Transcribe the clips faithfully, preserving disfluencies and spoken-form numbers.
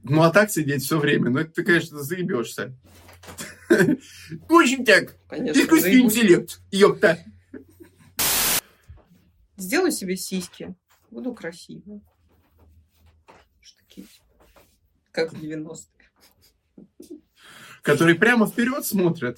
Ну, а так сидеть все время, ну, это ты, конечно, заебешься. Очень так. Искусственный интеллект, ёпта. Сделаю себе сиськи. Буду красивой. Что такие? Как в девяностых. Которые прямо вперед смотрят.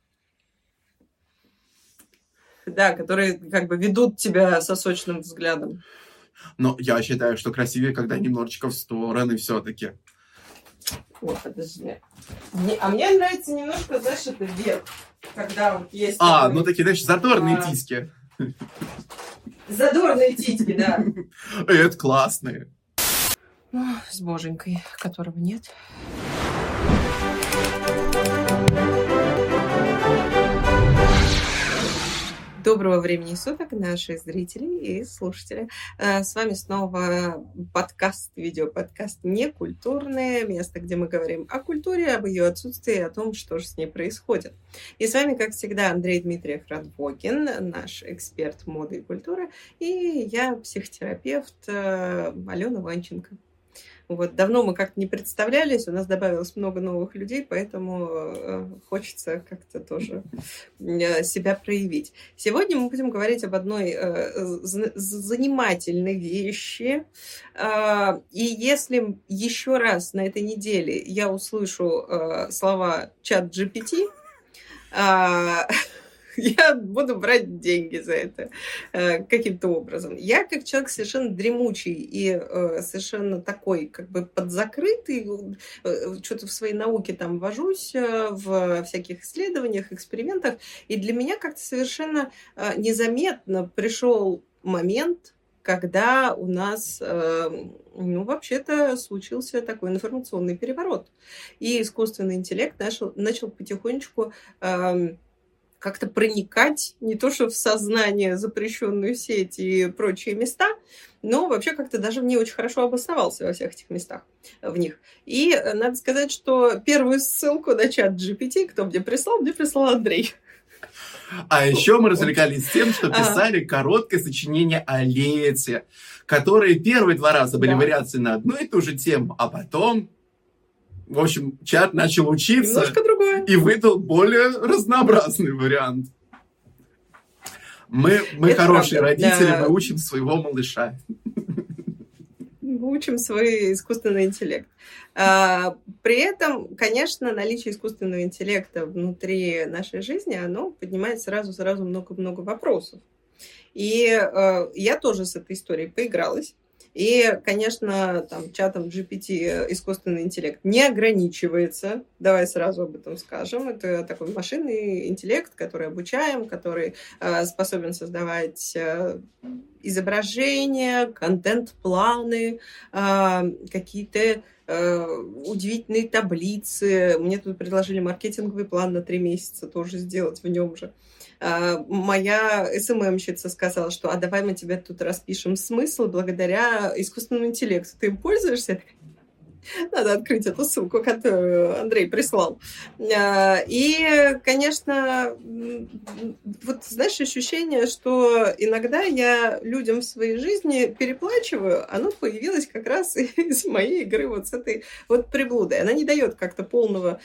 Да, которые как бы ведут тебя сосочным взглядом. Но я считаю, что красивее, когда немножечко в стороны все-таки. О, подожди. Мне, а мне нравится немножко, знаешь, это вверх. Когда вот есть... А, такой, ну такие, знаешь, задорные а... тиски. Задорные титьки, да. Это классные. С боженькой, которого нет. Доброго времени суток, наши зрители и слушатели. С вами снова подкаст, видеоподкаст «Некультурное», место, где мы говорим о культуре, об ее отсутствии и о том, что же с ней происходит. И с вами, как всегда, Андрей Дмитриев Радбогин, наш эксперт моды и культуры, и я, психотерапевт Алена Ванченко. Вот, давно мы как-то не представлялись, у нас добавилось много новых людей, поэтому э, хочется как-то тоже э, себя проявить. Сегодня мы будем говорить об одной э, занимательной вещи. Э, и если еще раз на этой неделе я услышу э, слова чат джи пи ти, э, я буду брать деньги за это э, каким-то образом. Я, как человек совершенно дремучий и э, совершенно такой, как бы подзакрытый, э, что-то в своей науке там вожусь, э, в всяких исследованиях, экспериментах, и для меня как-то совершенно э, незаметно пришел момент, когда у нас, э, ну, вообще-то случился такой информационный переворот. И искусственный интеллект начал, начал потихонечку... Э, как-то проникать не то что в сознание, запрещенную сеть и прочие места, но вообще как-то даже в ней очень хорошо обосновался во всех этих местах, в них. И надо сказать, что первую ссылку на чат джи пи ти, кто мне прислал, мне прислал Андрей. А еще мы развлекались тем, что писали короткое сочинение о лете, которые первые два раза были да. вариации на одну и ту же тему, а потом... В общем, чат начал учиться и выдал более разнообразный вариант. Мы, мы хорошие правда. родители, да. мы учим своего малыша. Мы учим свой искусственный интеллект. При этом, конечно, наличие искусственного интеллекта внутри нашей жизни, оно поднимает сразу-сразу много-много вопросов. И я тоже с этой историей поигралась. И, конечно, там чатом джи пи ти искусственный интеллект не ограничивается. Давай сразу об этом скажем. Это такой машинный интеллект, который обучаем, который э, способен создавать э, изображения, контент-планы, э, какие-то э, удивительные таблицы. Мне тут предложили маркетинговый план на три месяца тоже сделать в нем же. Моя эс эм эм-щица сказала, что а давай мы тебе тут распишем смысл благодаря искусственному интеллекту. Ты им пользуешься? Надо открыть эту ссылку, которую Андрей прислал. И, конечно, вот знаешь, ощущение, что иногда я людям в своей жизни переплачиваю, оно появилось как раз из моей игры вот с этой вот приблудой. Она не дает как-то полного,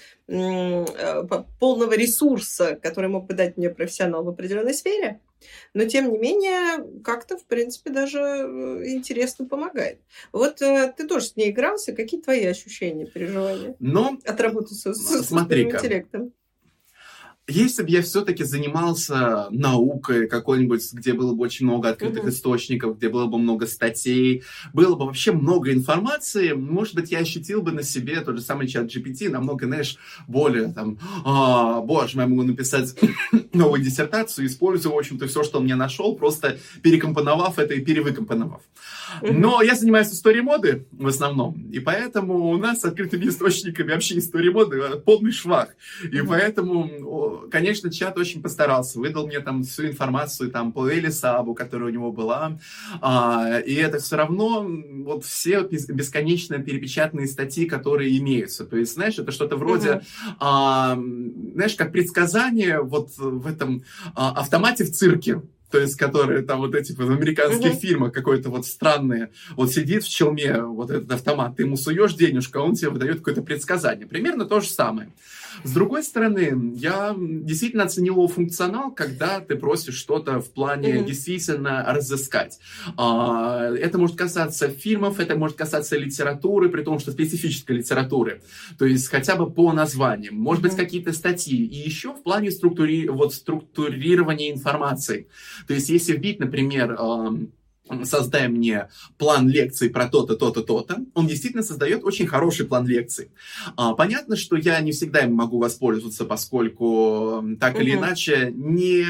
полного ресурса, который мог бы дать мне профессионал в определенной сфере, но, тем не менее, как-то, в принципе, даже интересно помогает. Вот ты тоже с ней игрался. Какие твои ощущения, переживания ну, от работы с, с искусственным интеллектом? Если бы я все-таки занимался наукой какой-нибудь, где было бы очень много открытых uh-huh. источников, где было бы много статей, было бы вообще много информации, может быть, я ощутил бы на себе тот же самый чат джи пи ти намного, знаешь, более там, а, боже мой, я могу написать новую диссертацию, используя, в общем-то, все, что он мне нашел, просто перекомпоновав это и перевыкомпоновав. Uh-huh. Но я занимаюсь историей моды в основном, и поэтому у нас с открытыми источниками вообще история моды полный швах. И uh-huh. поэтому... Конечно, чат очень постарался, выдал мне там всю информацию там по Эли Сабу, которая у него была, а, и это все равно вот все бесконечно перепечатанные статьи, которые имеются. То есть, знаешь, это что-то вроде, uh-huh. а, знаешь, как предсказание вот в этом а, автомате в цирке. то есть, которые там вот эти в американских uh-huh. фильмах какой-то вот странные, вот сидит в челме вот этот автомат, ты ему суешь денежку, а он тебе выдает какое-то предсказание. Примерно то же самое. С другой стороны, я действительно оценил его функционал, когда ты просишь что-то в плане uh-huh. действительно разыскать. Это может касаться фильмов, это может касаться литературы, при том, что специфической литературы. То есть хотя бы по названиям. Может uh-huh. быть, какие-то статьи. И еще в плане структури... вот, структурирования информации. То есть если вбить, например, создай мне план лекций про то-то, то-то, то-то, он действительно создает очень хороший план лекций. Понятно, что я не всегда им могу воспользоваться, поскольку так угу. или иначе не,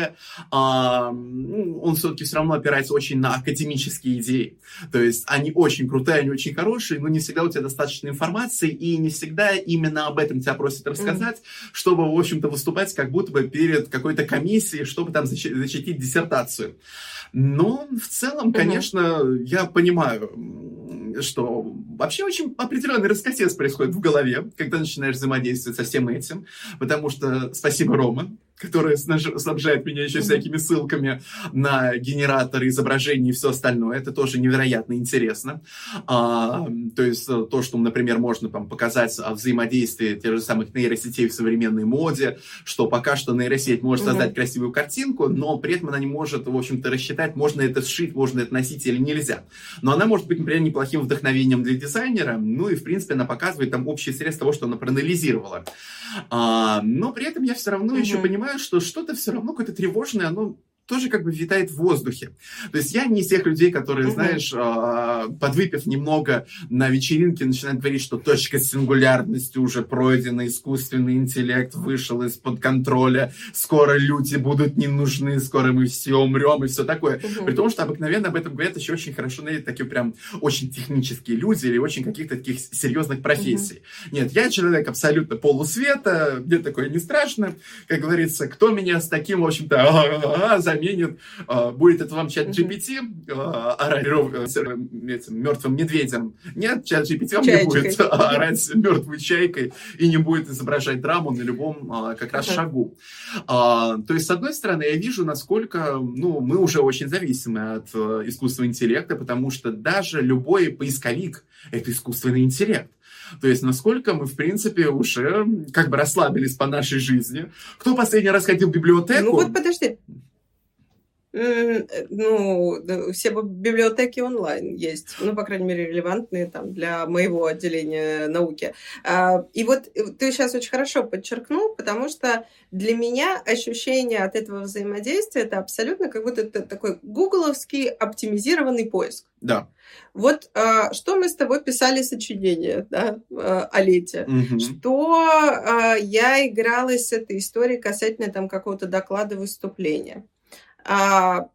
он все-таки все равно опирается очень на академические идеи. То есть они очень крутые, они очень хорошие, но не всегда у тебя достаточно информации, и не всегда именно об этом тебя просят рассказать, угу. чтобы, в общем-то, выступать как будто бы перед какой-то комиссией, чтобы там защитить диссертацию. Но в целом, конечно, uh-huh. я понимаю, что вообще очень определенный раскосец происходит в голове, когда начинаешь взаимодействовать со всем этим, потому что спасибо, Рома, который снабжает меня еще всякими ссылками на генераторы изображений и все остальное. Это тоже невероятно интересно. А, то есть то, что, например, можно там показать о взаимодействии тех же самых нейросетей в современной моде, что пока что нейросеть может создать mm-hmm. красивую картинку, но при этом она не может, в общем-то, рассчитать, можно это сшить, можно это носить или нельзя. Но она может быть, например, неплохим вдохновением для дизайнера, ну и, в принципе, она показывает там общий срез того, что она проанализировала. А, но при этом я все равно mm-hmm. еще понимаю, что что-то все равно какое-то тревожное, оно тоже как бы витает в воздухе. То есть я не из тех людей, которые, uh-huh. знаешь, подвыпив немного на вечеринке, начинают говорить, что точка сингулярности уже пройдена, искусственный интеллект вышел из-под контроля, скоро люди будут не нужны, скоро мы все умрем и все такое. Uh-huh. При том, что обыкновенно об этом говорят еще очень хорошо, знаете, такие прям очень технические люди или очень каких-то таких серьезных профессий. Uh-huh. Нет, я человек абсолютно полусвета, мне такое не страшно. Как говорится, кто меня с таким, в общем-то, заменит, будет это вам чат джи пи ти орать этим мертвым медведем. Нет, чат джи пи ти вам не будет орать мертвой чайкой и не будет изображать драму на любом как раз шагу. То есть, с одной стороны, я вижу, насколько ну, мы уже очень зависимы от искусственного интеллекта, потому что даже любой поисковик — это искусственный интеллект. То есть, насколько мы, в принципе, уже как бы расслабились по нашей жизни. Кто последний раз ходил в библиотеку? Ну вот, подожди. Ну, все библиотеки онлайн есть, ну, по крайней мере, релевантные там для моего отделения науки. И вот ты сейчас очень хорошо подчеркнул, потому что для меня ощущение от этого взаимодействия — это абсолютно как будто это такой гугловский оптимизированный поиск. Да. Вот а, что мы с тобой писали сочинение, да, о лете, угу. что а, я игралась с этой историей касательно там какого-то доклада, выступления. А,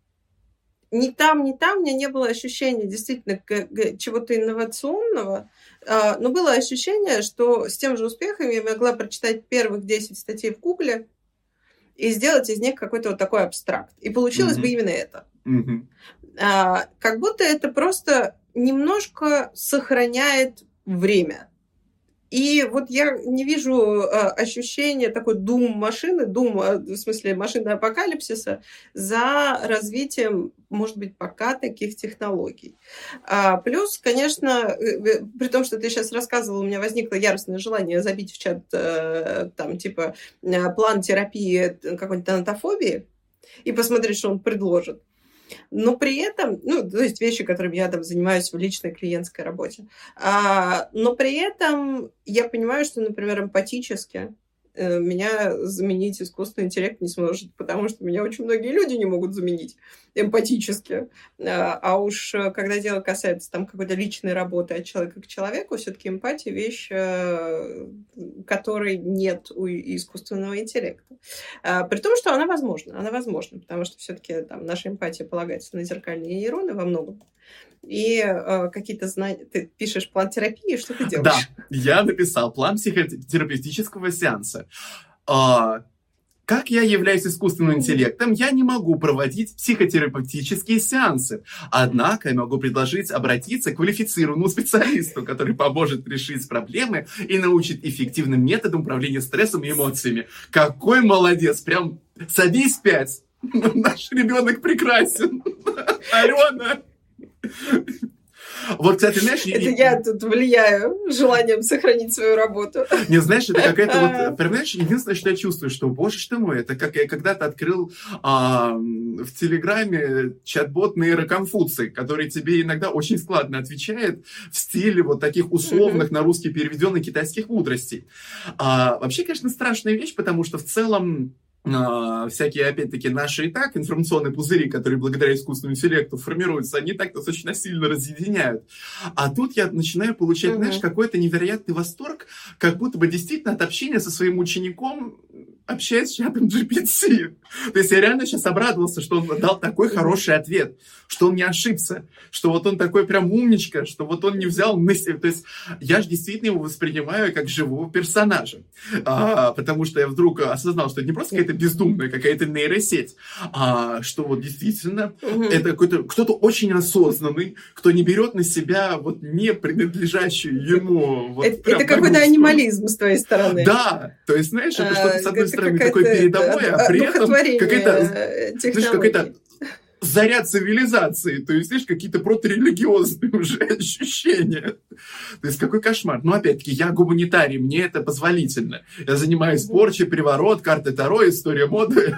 ни там, ни там у меня не было ощущения действительно чего-то инновационного, а, но было ощущение, что с тем же успехом я могла прочитать первых десять статей в Гугле и сделать из них какой-то вот такой абстракт. И получилось mm-hmm. бы именно это. Mm-hmm. А, как будто это просто немножко сохраняет время. И вот я не вижу а, ощущения такой дум-машины, дум, в смысле машины апокалипсиса, за развитием, может быть, пока таких технологий. А, плюс, конечно, при том, что ты сейчас рассказывала, у меня возникло яростное желание забить в чат а, там, типа, план терапии какой-нибудь тонатофобии и посмотреть, что он предложит. Но при этом, ну, то есть вещи, которыми я там занимаюсь в личной клиентской работе, а, но при этом я понимаю, что, например, эмпатически э, меня заменить искусственный интеллект не сможет, потому что меня очень многие люди не могут заменить эмпатически. А, а уж когда дело касается там какой-то личной работы от человека к человеку, все-таки эмпатия — вещь, э, которой нет у искусственного интеллекта. А, при том, что она возможна, она возможна, потому что все-таки там наша эмпатия полагается на зеркальные нейроны во многом. И э, какие-то знания... Ты пишешь план терапии, что ты делаешь? Да, я написал план психотерапевтического сеанса. А, как я являюсь искусственным интеллектом, я не могу проводить психотерапевтические сеансы. Однако я могу предложить обратиться к квалифицированному специалисту, который поможет решить проблемы и научит эффективным методам управления стрессом и эмоциями. Какой молодец! Прям садись пять! Наш ребенок прекрасен. Алена. Вот, кстати, знаешь... Это я, я тут влияю желанием сохранить свою работу. Не, знаешь, это какая-то вот... Понимаешь, единственное, что я чувствую, что, боже ж ты мой, это как я когда-то открыл а, в Телеграме чат-бот нейроконфуций, который тебе иногда очень складно отвечает в стиле вот таких условных mm-hmm. на русский переведенных китайских мудростей. А, вообще, конечно, страшная вещь, потому что в целом Uh, всякие, опять-таки, наши и так информационные пузыри, которые благодаря искусственному интеллекту формируются, они так достаточно сильно разъединяют. А тут я начинаю получать, uh-huh. знаешь, какой-то невероятный восторг, как будто бы действительно от общения со своим учеником, общаясь с чатом джи пи ти. То есть я реально сейчас обрадовался, что он дал такой хороший ответ, что он не ошибся, что вот он такой прям умничка, что вот он не взял на себя. То есть я же действительно его воспринимаю как живого персонажа. А, потому что я вдруг осознал, что это не просто какая-то бездумная какая-то нейросеть, а что вот действительно угу. это какой-то кто-то очень осознанный, кто не берет на себя вот не принадлежащую ему. Вот это это какой-то анимализм с твоей стороны. Да, то есть, знаешь, это что-то с одной стороны такой передовой, а при этом какая-то, знаешь, какая-то заряд цивилизации, то есть, знаешь, какие-то проторелигиозные уже ощущения. То есть, какой кошмар. Но, опять-таки, я гуманитарий, мне это позволительно. Я занимаюсь порчей, приворот, карты Таро, история моды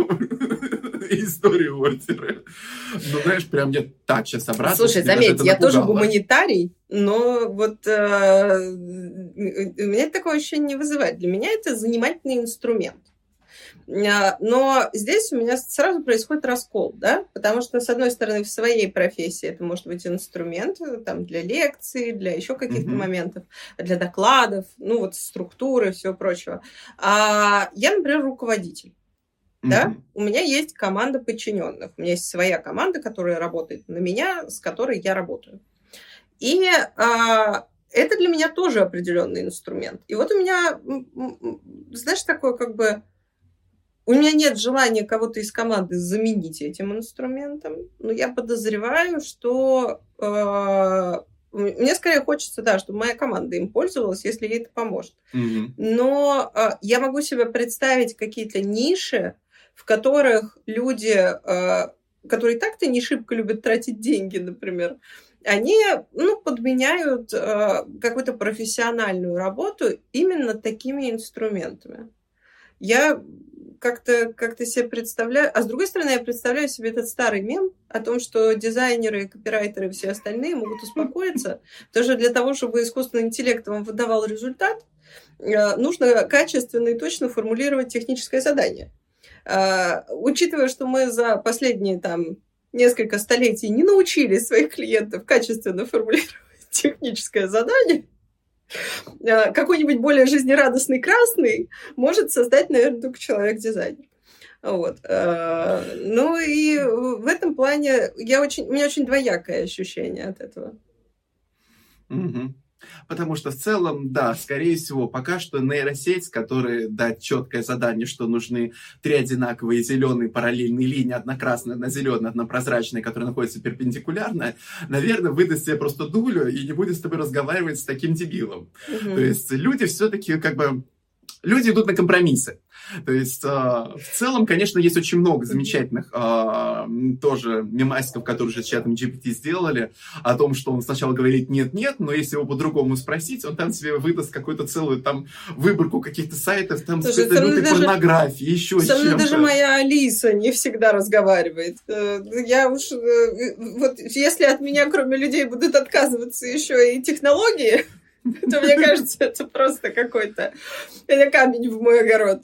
и история оперы. Ну, знаешь, прям мне так сейчас обратно. Слушай, заметь, я тоже гуманитарий, но вот э, у меня такое ощущение не вызывает. Для меня это занимательный инструмент. Но здесь у меня сразу происходит раскол, да, потому что, с одной стороны, в своей профессии это может быть инструмент там, для лекций, для еще каких-то mm-hmm. моментов, для докладов, ну вот структуры и всего прочего. А я, например, руководитель. Mm-hmm. Да? У меня есть команда подчиненных, у меня есть своя команда, которая работает на меня, с которой я работаю. И а, это для меня тоже определенный инструмент. И вот у меня, знаешь, такое как бы... У меня нет желания кого-то из команды заменить этим инструментом, но я подозреваю, что э, мне скорее хочется, да, чтобы моя команда им пользовалась, если ей это поможет. Mm-hmm. Но э, я могу себе представить какие-то ниши, в которых люди, э, которые так-то не шибко любят тратить деньги, например, они ну, подменяют э, какую-то профессиональную работу именно такими инструментами. Я как-то, как-то себе представляю... А с другой стороны, я представляю себе этот старый мем о том, что дизайнеры, копирайтеры и все остальные могут успокоиться. Потому что для того, чтобы искусственный интеллект вам выдавал результат, нужно качественно и точно формулировать техническое задание. Учитывая, что мы за последние там, несколько столетий не научили своих клиентов качественно формулировать техническое задание, какой-нибудь более жизнерадостный красный может создать, наверное, только человек-дизайнер. Вот. Ну и в этом плане я очень, у меня очень двоякое ощущение от этого. Mm-hmm. Потому что в целом, да, скорее всего, пока что нейросеть, которая дать четкое задание, что нужны три одинаковые зеленые параллельные линии, одна красная, одна зеленая, одна прозрачная, которая находится перпендикулярно, наверное, выдаст себе просто дулю и не будет с тобой разговаривать с таким дебилом. Угу. То есть люди все-таки как бы... Люди идут на компромиссы. То есть, э, в целом, конечно, есть очень много замечательных э, тоже мемасиков, которые же с чатом джи пи ти сделали, о том, что он сначала говорит «нет-нет», но если его по-другому спросить, он там тебе выдаст какую-то целую там выборку каких-то сайтов, там с какой-то лютой порнографии, еще со чем-то. Со мной даже моя Алиса не всегда разговаривает. Я уж... Вот если от меня, кроме людей, будут отказываться еще и технологии... то, мне кажется, это просто какой-то... Это камень в мой огород.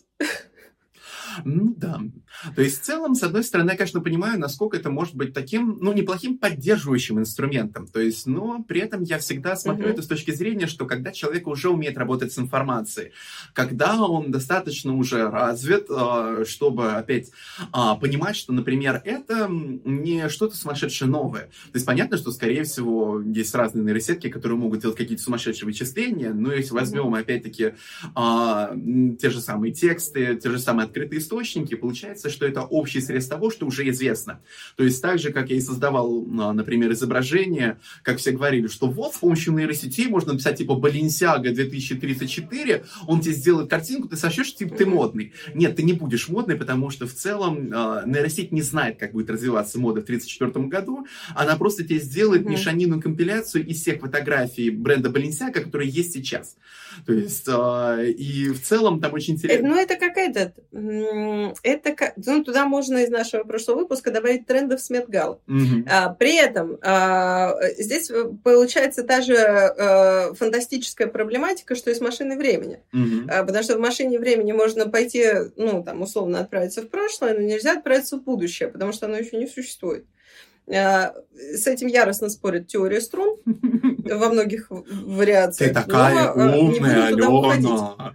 Ну да. То есть в целом, с одной стороны, я, конечно, понимаю, насколько это может быть таким, ну, неплохим поддерживающим инструментом. То есть, но при этом я всегда смотрю uh-huh. это с точки зрения, что когда человек уже умеет работать с информацией, когда он достаточно уже развит, чтобы опять понимать, что, например, это не что-то сумасшедшее новое. То есть понятно, что, скорее всего, есть разные нейросетки, которые могут делать какие-то сумасшедшие вычисления, но если возьмем, uh-huh. опять-таки, те же самые тексты, те же самые открытые источники, получается, кажется, что это общий срез того, что уже известно. То есть так же, как я и создавал, например, изображение, как все говорили, что вот с помощью нейросетей можно написать типа Balenciaga две тысячи тридцать четыре, он тебе сделает картинку, ты сочтешь, типа ты модный. Нет, ты не будешь модный, потому что в целом э, нейросеть не знает, как будет развиваться мода в тридцать четвёртом году. Она просто тебе сделает mm-hmm. мешанину компиляцию из всех фотографий бренда Balenciaga, которые есть сейчас. То есть, э, и в целом там очень интересно. Ну, это какая-то... Это, ну, туда можно из нашего прошлого выпуска добавить трендов с Met-Gala. Mm-hmm. А, при этом а, здесь получается та же а, фантастическая проблематика, что и с машиной времени. Mm-hmm. А, потому что в машине времени можно пойти, ну, там, условно отправиться в прошлое, но нельзя отправиться в будущее, потому что оно еще не существует. С этим яростно спорит теория струн во многих вариациях. Ты такая но умная, Алена.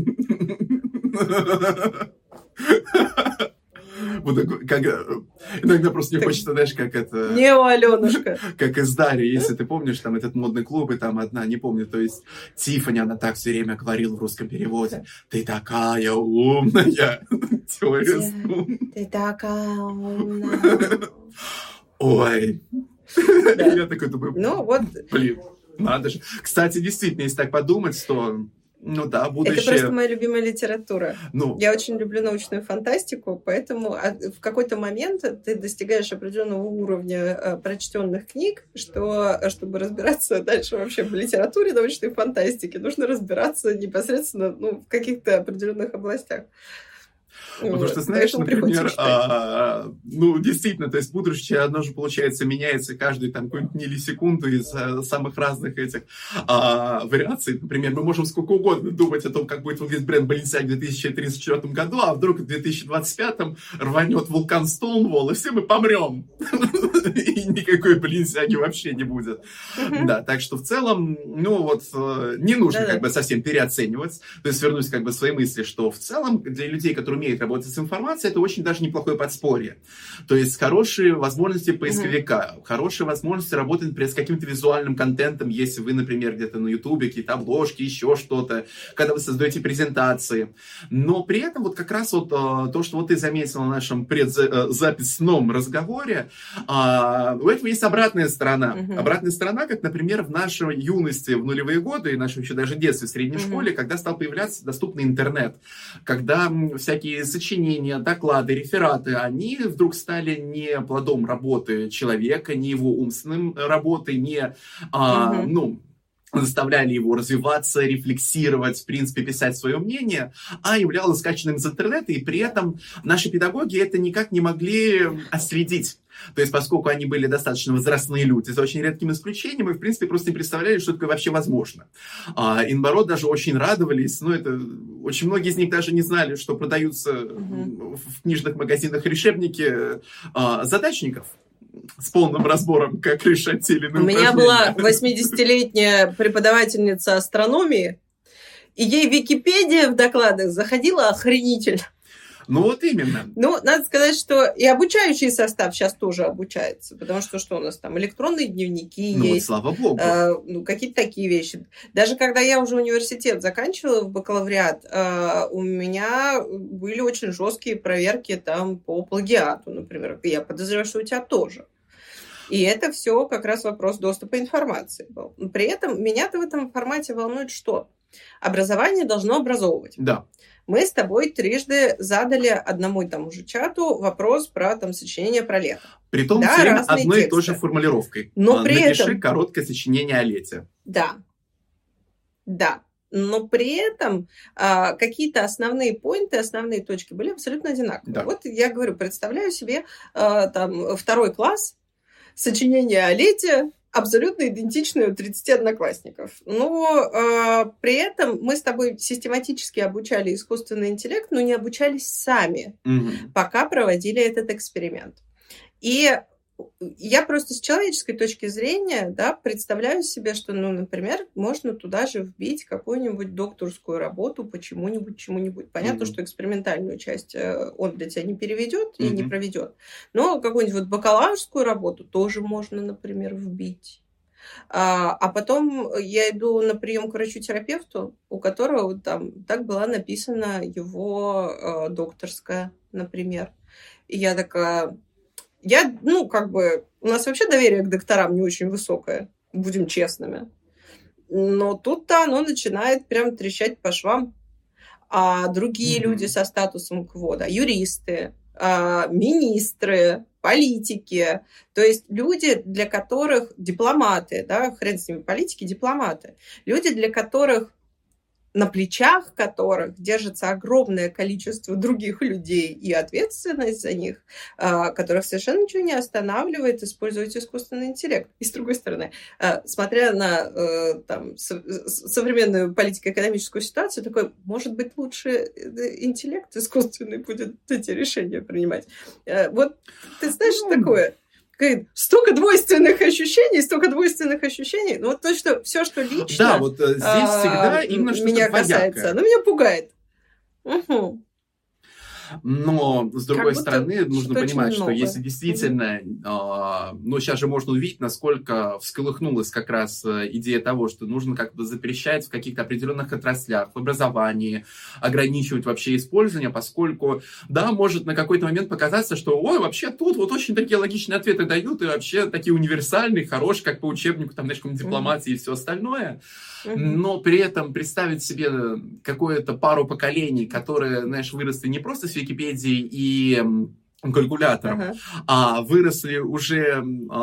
Вот как, иногда просто не так хочется, знаешь, как это... Не у Аленушка. Как из Дарьи, если ты помнишь, там этот модный клуб, и там одна, не помню, то есть Тиффани, она так все время говорила в русском переводе. Ты такая умная. Теория струн. Ты такая умная. Ой. Да. Я такой думаю, ну, вот. Блин, надо же. Кстати, действительно, если так подумать, то, ну да, будущее... Это просто моя любимая литература. Ну. Я очень люблю научную фантастику, поэтому в какой-то момент ты достигаешь определенного уровня прочтенных книг, что, чтобы разбираться дальше вообще в литературе научной фантастики, нужно разбираться непосредственно ну, в каких-то определенных областях. Ну, потому что, знаешь, например, а, ну, действительно, то есть будущее, оно же, получается, меняется каждую там какую-нибудь миллисекунду из а, самых разных этих а, вариаций. Например, мы можем сколько угодно думать о том, как будет выглядеть бренд Balenciaga в две тысячи тридцать четвёртом году, а вдруг в две тысячи двадцать пятом рванет вулкан Стоунволл, и все мы помрем. И никакой Balenciaga вообще не будет. Да, так что в целом, ну, вот, не нужно как бы совсем переоценивать. То есть вернусь как бы к своей мысли, что в целом для людей, которые умеют работать с информацией, это очень даже неплохое подспорье. То есть хорошие возможности поисковика, mm-hmm. хорошие возможности работать, например, с каким-то визуальным контентом, если вы, например, где-то на Ютубе, какие-то обложки, еще что-то, когда вы создаете презентации. Но при этом вот как раз вот то, что вот ты заметил на нашем предзаписном разговоре, у этого есть обратная сторона. Mm-hmm. Обратная сторона, как, например, в нашей юности, в нулевые годы, и нашем еще даже детстве, в средней mm-hmm. школе, когда стал появляться доступный интернет, когда всякие сочинения, доклады, рефераты, они вдруг стали не плодом работы человека, не его умственной работы, не, а, mm-hmm. ну, заставляли его развиваться, рефлексировать, в принципе, писать свое мнение, а являлось скачанным из интернета, и при этом наши педагоги это никак не могли отследить. То есть, поскольку они были достаточно возрастные люди, за очень редким исключением, и, в принципе, просто не представляли, что такое вообще возможно. А, и, наоборот, даже очень радовались. Ну, это... Очень многие из них даже не знали, что продаются mm-hmm. в книжных магазинах решебники а, задачников с полным разбором, как решать те или иные У меня была восьмидесятилетняя преподавательница астрономии, и ей Википедия в докладах заходила охренительно. Ну, вот именно. Ну, надо сказать, что и обучающий состав сейчас тоже обучается, потому что что у нас там, электронные дневники ну, есть. Вот, слава богу. Э, ну, какие-то такие вещи. Даже когда я уже университет заканчивала, в бакалавриат, э, у меня были очень жесткие проверки там по плагиату, например. Я подозреваю, что у тебя тоже. И это все как раз вопрос доступа информации был. При этом меня-то в этом формате волнует что? Образование должно образовывать. Да. Мы с тобой трижды задали одному и тому же чату вопрос про там, сочинение про лето. Притом да, все время одной тексты. и той же формулировкой. Но при Напиши этом... короткое сочинение о лете. Да. Да. Но при этом а, какие-то основные поинты, основные точки были абсолютно одинаковые. Да. Вот я говорю, представляю себе а, там, второй класс, сочинение о лете, абсолютно идентичные у тридцати одноклассников. Но э, при этом мы с тобой систематически обучали искусственный интеллект, но не обучались сами, угу. пока проводили этот эксперимент. И я просто с человеческой точки зрения да, представляю себе, что, ну, например, можно туда же вбить какую-нибудь докторскую работу по чему-нибудь, чему-нибудь. Понятно, mm-hmm. что экспериментальную часть он для тебя не переведет и mm-hmm. не проведет. Но какую-нибудь вот бакалаврскую работу тоже можно, например, вбить. А, а потом я иду на прием к врачу-терапевту, у которого там так была написана его э, докторская, например. И я такая... Я, ну, как бы... У нас вообще доверие к докторам не очень высокое, будем честными. Но тут-то оно начинает прям трещать по швам. А другие mm-hmm. люди со статусом КВО, да, юристы, министры, политики, то есть люди, для которых дипломаты, да, хрен с ними, политики, дипломаты, люди, для которых, на плечах которых держится огромное количество других людей и ответственность за них, которых совершенно ничего не останавливает использовать искусственный интеллект. И с другой стороны, смотря на там, современную политико-экономическую ситуацию, такой, может быть, лучше интеллект искусственный будет эти решения принимать. Вот ты знаешь, что такое? Столько двойственных ощущений, столько двойственных ощущений. Ну, вот то, что все, что лично да, вот здесь всегда именно что-то меня касается, оно меня пугает. Угу. Но, с другой стороны, нужно понимать, что много. если действительно, mm-hmm. э, ну, сейчас же можно увидеть, насколько всколыхнулась как раз идея того, что нужно как-то запрещать в каких-то определенных отраслях, в образовании, ограничивать вообще использование, поскольку, да, может на какой-то момент показаться, что, ой, вообще тут вот очень такие логичные ответы дают, и вообще такие универсальные, хорошие, как по учебнику, там, знаешь, дипломатии mm-hmm. и все остальное. Mm-hmm. Но при этом представить себе какую-то пару поколений, которые, знаешь, выросли не просто с Википедией и калькулятором, uh-huh. а выросли уже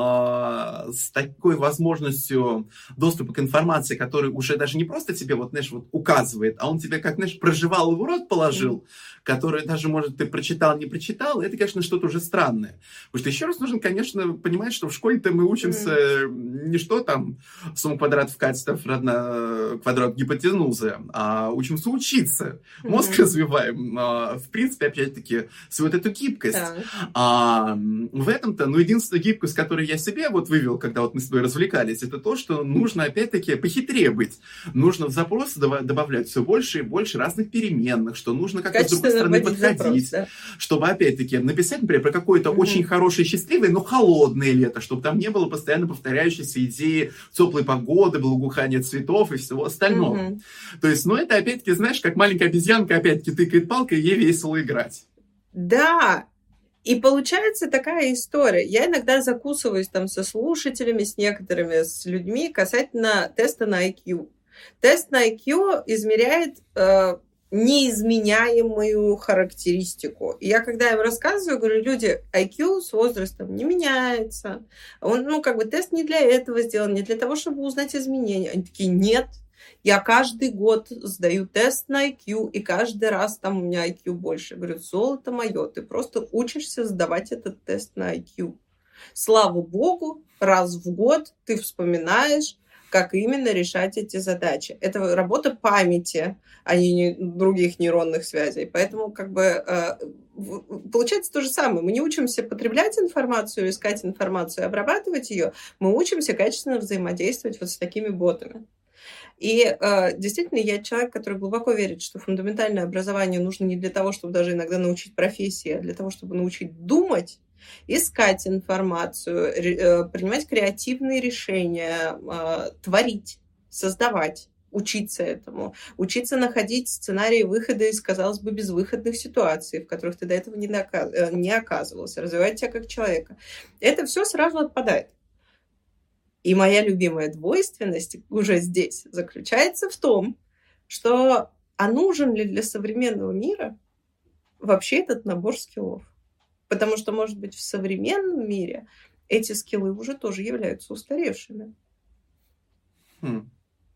а, с такой возможностью доступа к информации, который уже даже не просто тебе вот, знаешь, вот указывает, а он тебе, как, знаешь, проживал в рот положил, uh-huh. который даже, может, ты прочитал, не прочитал, это, конечно, что-то уже странное. Потому что еще раз нужно, конечно, понимать, что в школе-то мы учимся uh-huh. не что там сумма квадратов катетов равна квадрату гипотенузы, а учимся учиться. Uh-huh. Мозг развиваем. А, в принципе, опять-таки, свою вот эту гибкость. Yeah. А в этом-то, ну, единственная гибкость, которую я себе вот вывел, когда вот мы с тобой развлекались, это то, что нужно, опять-таки, похитрее быть. Нужно в запросы добавлять все больше и больше разных переменных, что нужно как-то с другой стороны подходить, запрос, да? Чтобы, опять-таки, написать, например, про какое-то mm-hmm. очень хорошее, счастливое, но холодное лето, чтобы там не было постоянно повторяющейся идеи теплой погоды, благоухания цветов и всего остального. Mm-hmm. То есть, ну, это, опять-таки, знаешь, как маленькая обезьянка, опять-таки, тыкает палкой, и ей весело играть. Да, и получается такая история. Я иногда закусываюсь там со слушателями, с некоторыми, с людьми касательно теста на ай кью. Тест на ай кью измеряет э, неизменяемую характеристику. И я когда им рассказываю, говорю, люди, ай кью с возрастом не меняется. Он, ну, как бы тест не для этого сделан, не для того, чтобы узнать изменения. Они такие, нет. Я каждый год сдаю тест на ай кью, и каждый раз там у меня ай кью больше. Я говорю, золото мое, ты просто учишься сдавать этот тест на ай кью. Слава богу, раз в год ты вспоминаешь, как именно решать эти задачи. Это работа памяти, а не других нейронных связей. Поэтому как бы получается то же самое. Мы не учимся потреблять информацию, искать информацию, обрабатывать ее. Мы учимся качественно взаимодействовать вот с такими ботами. И э, действительно, я человек, который глубоко верит, что фундаментальное образование нужно не для того, чтобы даже иногда научить профессии, а для того, чтобы научить думать, искать информацию, э, принимать креативные решения, э, творить, создавать, учиться этому, учиться находить сценарии выхода из, казалось бы, безвыходных ситуаций, в которых ты до этого не, наказ... не оказывался, развивать тебя как человека. Это все сразу отпадает. И моя любимая двойственность уже здесь заключается в том, что а нужен ли для современного мира вообще этот набор скиллов? Потому что, может быть, в современном мире эти скиллы уже тоже являются устаревшими. Хм.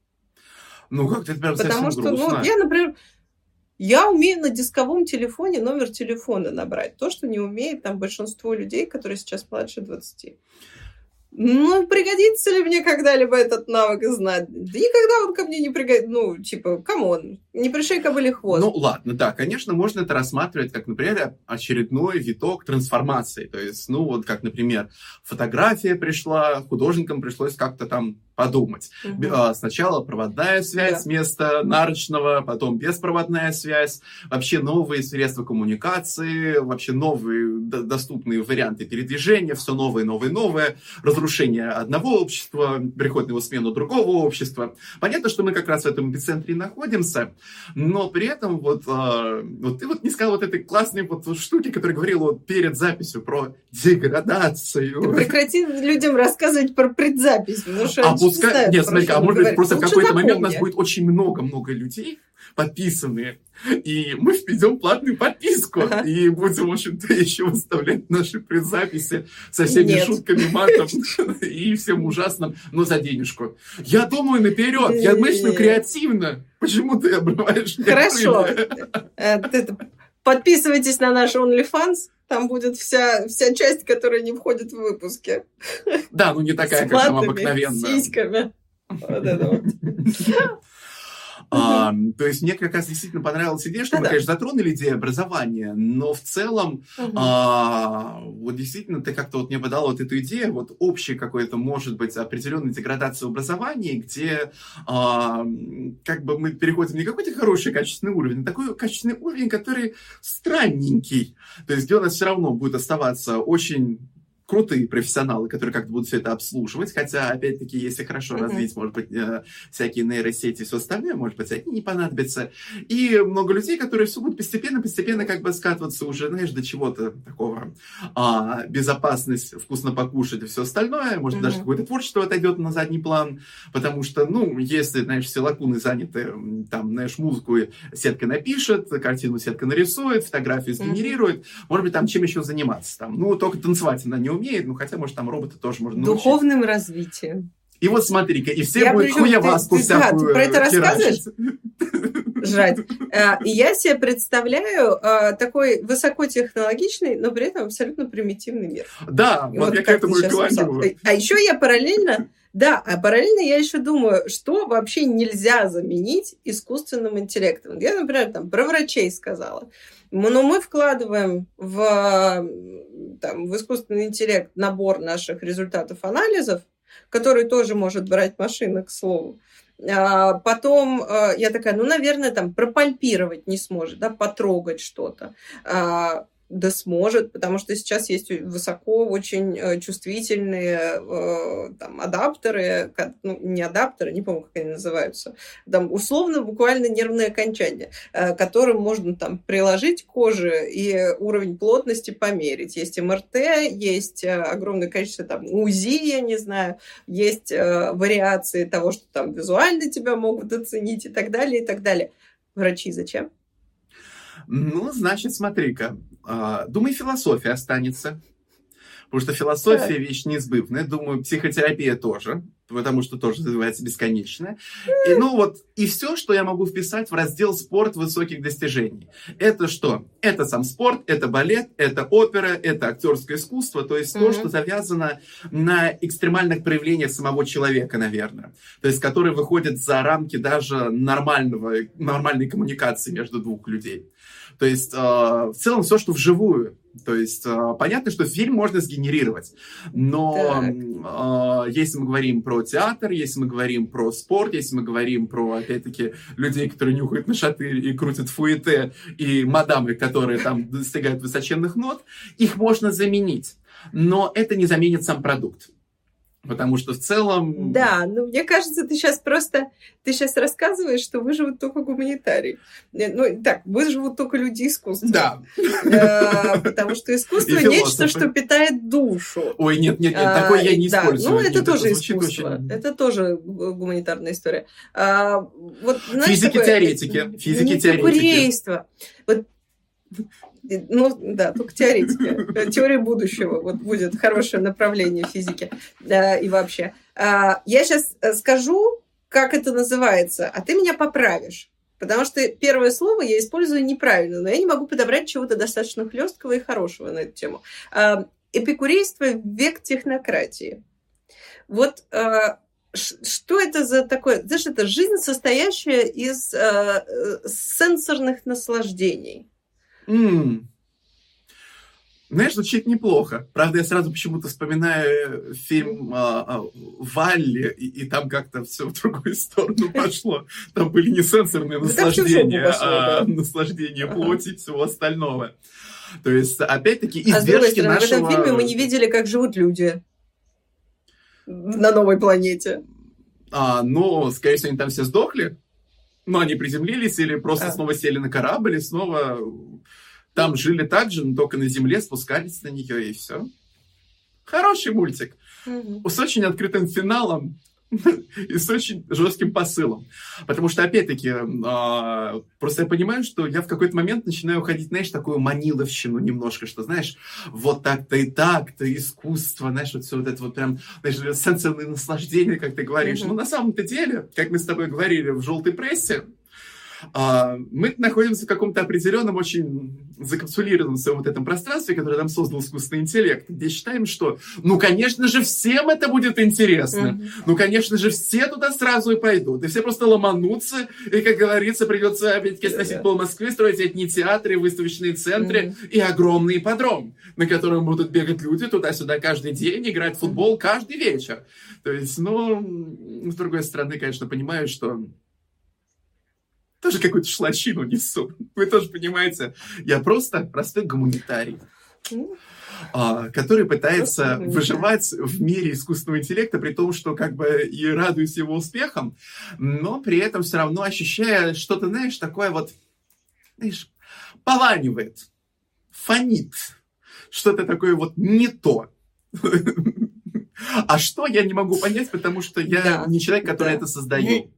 Ну, как-то это прям Потому совсем что, грустно. ну, я, например, я умею на дисковом телефоне номер телефона набрать. То, что не умеет там большинство людей, которые сейчас младше двадцати. Ну, пригодится ли мне когда-либо этот навык знать? Да никогда он ко мне не пригодится. Ну, типа, камон, не пришей кобыле хвост. Ну, ладно, да, конечно, можно это рассматривать как, например, очередной виток трансформации. То есть, ну, вот как, например, фотография пришла, художникам пришлось как-то там подумать. Угу. Сначала проводная связь да. вместо нарочного, потом беспроводная связь, вообще новые средства коммуникации, вообще новые доступные варианты передвижения, все новое, новое, новое, разрушение одного общества, приход на его смену другого общества. Понятно, что мы как раз в этом эпицентре находимся, но при этом вот, вот ты вот не сказал вот этой классной вот штуки, которая говорила вот перед записью про деградацию. Ты прекрати людям рассказывать про предзапись, потому что а пускай... Нет, смотри, а может быть, просто Лучше в какой-то запомни. момент у нас будет очень много-много людей подписанные, и мы введем платную подписку, ага. и будем, в общем-то, еще выставлять наши предзаписи со всеми Нет. шутками, матом и всем ужасным, но за денежку. Я думаю наперед, я мыслю креативно. Почему ты обрываешь меня? Хорошо. Подписывайтесь на наш OnlyFans. Там будет вся, вся часть, которая не входит в выпуске. Да, ну не такая, с как там обыкновенно. С сиськами. Вот это вот. А, то есть мне как раз действительно понравилась идея, что да, мы, да. конечно, затронули идею образования, но в целом угу. а, вот действительно ты как-то вот мне подала вот эту идею, вот общей какой-то, может быть, определенной деградации образования, где а, как бы мы переходим не какой-то хороший качественный уровень, а такой качественный уровень, который странненький, то есть где у нас все равно будет оставаться очень... крутые профессионалы, которые как-то будут все это обслуживать, хотя, опять-таки, если хорошо mm-hmm. развить, может быть, э, всякие нейросети и все остальное, может быть, они не понадобятся. И много людей, которые все будут постепенно-постепенно как бы скатываться уже, знаешь, до чего-то такого. А, безопасность, вкусно покушать и все остальное, может, mm-hmm. даже какое-то творчество отойдет на задний план, потому что, ну, если, знаешь, все лакуны заняты, там, знаешь, музыку сетка напишет, картину сетка нарисует, фотографию сгенерирует, mm-hmm. может быть, там чем еще заниматься? Там, ну, только танцевать она не умеет, ну хотя, может, там роботы тоже можно научить. Духовным развитием. И вот смотри-ка, и все я будут хуевасту всякую. Да, ты про это рассказываешь? Жрать. И я себе представляю такой высокотехнологичный, но при этом абсолютно примитивный мир. Да, вот, вот я к этому и клоню. А еще я параллельно, да, а параллельно я еще думаю, что вообще нельзя заменить искусственным интеллектом. Я, например, там про врачей сказала. Но мы вкладываем в, там, в искусственный интеллект набор наших результатов анализов, который тоже может брать машина, к слову. А потом я такая, ну, наверное, там пропальпировать не сможет, да, потрогать что-то. Да сможет, потому что сейчас есть высоко очень чувствительные э, там, адаптеры, ну, не адаптеры, не помню, как они называются, там, условно, буквально нервные окончания, э, которым можно там приложить к коже и уровень плотности померить. Есть эм эр тэ, есть огромное количество там УЗИ, я не знаю, есть э, вариации того, что там визуально тебя могут оценить и так далее, и так далее. Врачи зачем? Ну, значит, смотри-ка. Думаю, философия останется. Потому что философия да. вещь неизбывная. Думаю, психотерапия тоже. Потому что тоже называется бесконечная. И, ну вот, и все, что я могу вписать в раздел «Спорт высоких достижений». Это что? Это сам спорт, это балет, это опера, это актерское искусство. То есть mm-hmm. то, что завязано на экстремальных проявлениях самого человека, наверное. То есть который выходит за рамки даже нормального, нормальной коммуникации между двух людей. То есть, э, в целом, все, что вживую. То есть, э, понятно, что фильм можно сгенерировать, но э, если мы говорим про театр, если мы говорим про спорт, если мы говорим про, опять-таки, людей, которые нюхают на шатырь и крутят фуэте, и мадамы, которые там достигают высоченных нот, их можно заменить, но это не заменит сам продукт. Потому что в целом... Да, ну, мне кажется, ты сейчас просто... Ты сейчас рассказываешь, что выживут только гуманитарии. Ну, так, выживут только люди искусства. Да. Потому что искусство нечто, что питает душу. Ой, нет, нет, нет, такое я не использую. Ну, это тоже искусство. Это тоже гуманитарная история. Физики-теоретики. Физики-теоретики. Вот ну, да, только теоретика. Теория будущего. Вот будет хорошее направление физики э, и вообще. Э, я сейчас скажу, как это называется, а ты меня поправишь. Потому что первое слово я использую неправильно, но я не могу подобрать чего-то достаточно хлесткого и хорошего на эту тему. Э, эпикурейство в век технократии. Вот э, что это за такое? Знаешь, это жизнь, состоящая из э, сенсорных наслаждений. Mm. Знаешь, звучит неплохо. Правда, я сразу почему-то вспоминаю фильм а, а, «Валли», и, и там как-то все в другую сторону пошло. Там были не сенсорные наслаждения, а наслаждения плоти и всего остального. То есть, опять-таки, издержки нашего... А с другой стороны, нашего... в этом фильме мы не видели, как живут люди на новой планете. А, но, скорее всего, они там все сдохли. Но они приземлились или просто а. снова сели на корабль и снова... Там жили так же, но только на земле, спускались на нее, и все. Хороший мультик. Mm-hmm. С очень открытым финалом и с очень жестким посылом. Потому что, опять-таки, э, просто я понимаю, что я в какой-то момент начинаю уходить, знаешь, такую маниловщину немножко, что, знаешь, вот так-то и так-то, искусство, знаешь, вот все вот это вот прям, знаешь, сенсорные наслаждения, как ты говоришь. Mm-hmm. Но на самом-то деле, как мы с тобой говорили в «Желтой прессе», мы находимся в каком-то определенном, очень закапсулированном в своем вот этом пространстве, которое нам создал искусственный интеллект, где считаем, что, ну, конечно же, всем это будет интересно. Mm-hmm. Ну, конечно же, все туда сразу и пойдут. И все просто ломанутся, и, как говорится, придется, опять-таки, сносить yeah. пол Москвы, строить этни театры, выставочные центры mm-hmm. и огромный ипподром, на котором будут бегать люди туда-сюда каждый день, играть в футбол mm-hmm. каждый вечер. То есть, ну, с другой стороны, конечно, понимаю, что тоже какую-то шлачину несу. Вы тоже понимаете, я просто простой гуманитарий, mm. который пытается выживать в мире искусственного интеллекта, при том, что как бы и радуюсь его успехам, но при этом все равно ощущая что-то, знаешь, такое вот, знаешь, пованивает, фонит, что-то такое вот не то. А что, я не могу понять, потому что я не человек, который это создает.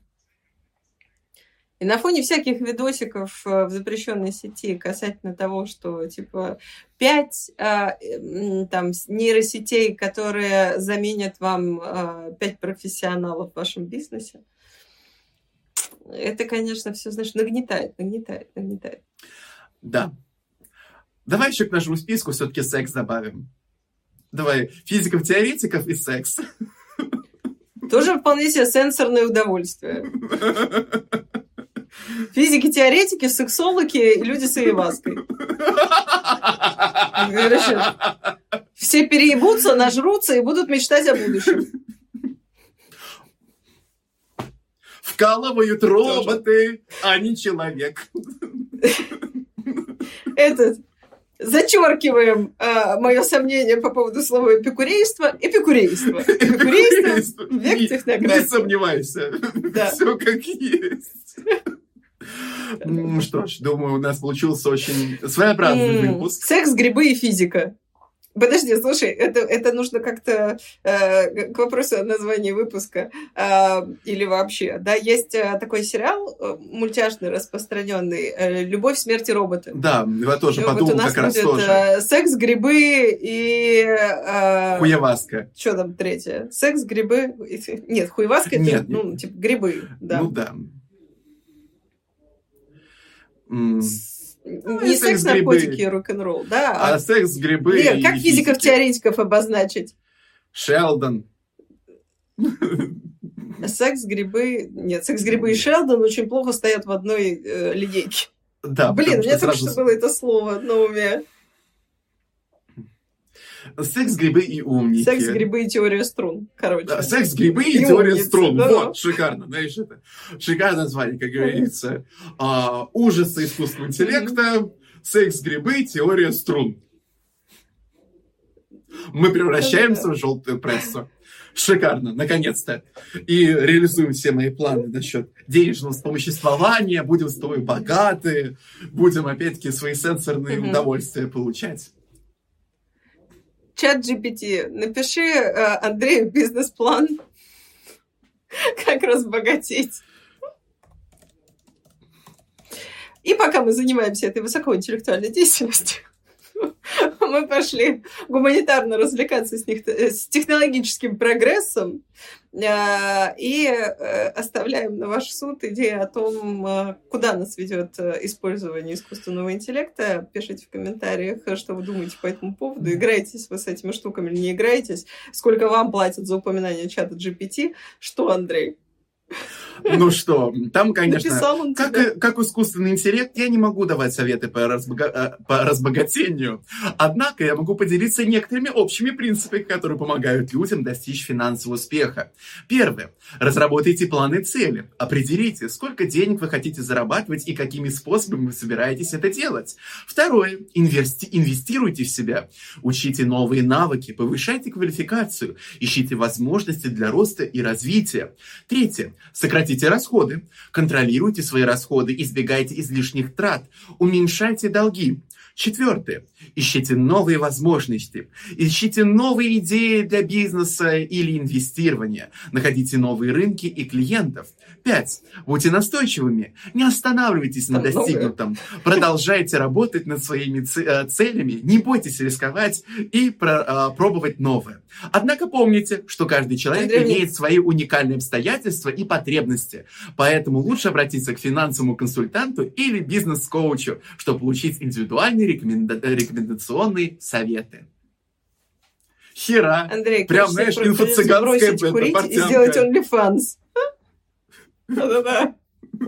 И на фоне всяких видосиков в запрещенной сети касательно того, что типа пять а, там, нейросетей, которые заменят вам а, пять профессионалов в вашем бизнесе, это, конечно, все, знаешь, нагнетает, нагнетает, нагнетает. Да. Давай еще к нашему списку все-таки секс добавим. Давай, физиков-теоретиков и секс. Тоже вполне себе сенсорное удовольствие. Физики-теоретики, сексологи и люди с айваской. Все переебутся, нажрутся и будут мечтать о будущем. Вкалывают роботы, а не человек. Этот... Зачеркиваем э, мое сомнение по поводу слова эпикурейство. Эпикурейство. Эпикурейство. Век технократии. Не сомневайся. Да. Все как есть. Ну что ж, думаю, у нас получился очень своеобразный выпуск. Секс, грибы и физика. Подожди, слушай, это, это нужно как-то э, к вопросу о названии выпуска э, или вообще. Да, есть э, такой сериал э, мультяшный, распространенный э, «Любовь, смерть и роботы». Да, я тоже подумал, вот как раз тоже. Э, секс, грибы и... Э, хуеваска. Что там третье? Секс, грибы... Нет, хуеваска это, нет, ну, нет. Типа, грибы. Да. Ну да. Ну, не секс, наркотики и рок-н-ролл, да? А, а секс, грибы Нет, как физиков-теоретиков обозначить? Шелдон. Секс, грибы... Нет, секс, грибы и Шелдон очень плохо стоят в одной э, линейке. Да, блин, у меня только сразу... что было это слово на уме. Секс, грибы и умники. Секс, грибы и теория струн. Короче. Да, секс, грибы и, и теория умницы, струн. Да. Вот, шикарно. Знаешь, это шикарное название, как говорится. А, ужасы искусственного интеллекта, секс, грибы, теория струн. Мы превращаемся в желтую прессу. Шикарно, наконец-то. И реализуем все мои планы насчет денежного вспомоществования. Будем с тобой богаты. Будем, опять-таки, свои сенсорные угу. удовольствия получать. Чат джи пи ти, напиши э, Андрею бизнес-план, как разбогатеть. И пока мы занимаемся этой высокоинтеллектуальной деятельностью, мы пошли гуманитарно развлекаться с, них, с технологическим прогрессом э, и э, оставляем на ваш суд идею о том, э, куда нас ведет использование искусственного интеллекта. Пишите в комментариях, что вы думаете по этому поводу. Играетесь вы с этими штуками или не играетесь? Сколько вам платят за упоминание чата джи пи ти? Что, Андрей? Ну что, там, конечно, он как, как искусственный интеллект, я не могу давать советы по, разбога... по разбогатению. Однако я могу поделиться некоторыми общими принципами, которые помогают людям достичь финансового успеха. Первое. Разработайте планы цели. Определите, сколько денег вы хотите зарабатывать и какими способами вы собираетесь это делать. Второе. Инвести... Инвестируйте в себя. Учите новые навыки, повышайте квалификацию, ищите возможности для роста и развития. Третье. Сократите расходы. Контролируйте свои расходы, избегайте излишних трат, уменьшайте долги. Четвертое. Ищите новые возможности. Ищите новые идеи для бизнеса или инвестирования. Находите новые рынки и клиентов. Пять. Будьте настойчивыми. Не останавливайтесь на достигнутом. Продолжайте работать над своими целями. Не бойтесь рисковать и пробовать новое. Однако помните, что каждый человек имеет свои уникальные обстоятельства и потребности. Поэтому лучше обратиться к финансовому консультанту или бизнес-коучу, чтобы получить индивидуальные рекоменда- рекомендационные советы. Хера. Андрей, прям, знаешь, инфо-цыганская бросить курить и сделать OnlyFans. Да-да-да.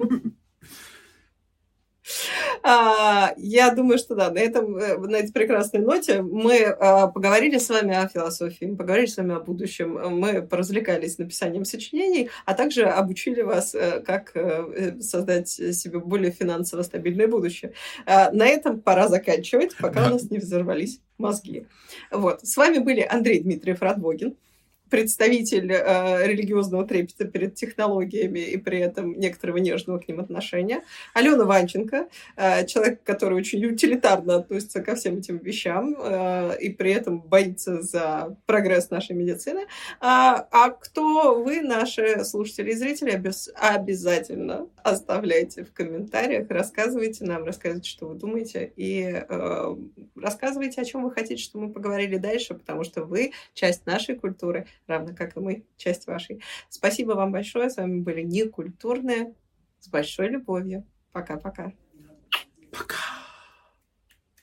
А, я думаю, что да, на, этом, на этой прекрасной ноте мы а, поговорили с вами о философии, мы поговорили с вами о будущем, мы поразвлекались написанием сочинений, а также обучили вас, как создать себе более финансово стабильное будущее. А, на этом пора заканчивать, пока у нас не взорвались мозги. Вот. С вами были Андрей Дмитриев Радвогин, представитель э, религиозного трепета перед технологиями и при этом некоторого нежного к ним отношения. Алена Ванченко, э, человек, который очень утилитарно относится ко всем этим вещам э, и при этом боится за прогресс нашей медицины. А, а кто вы, наши слушатели и зрители, обез- обязательно оставляйте в комментариях, рассказывайте нам, рассказывайте, что вы думаете, и э, рассказывайте, о чем вы хотите, чтобы мы поговорили дальше, потому что вы часть нашей культуры, равно как и мы, часть вашей. Спасибо вам большое. С вами были Некультурные. С большой любовью. Пока-пока.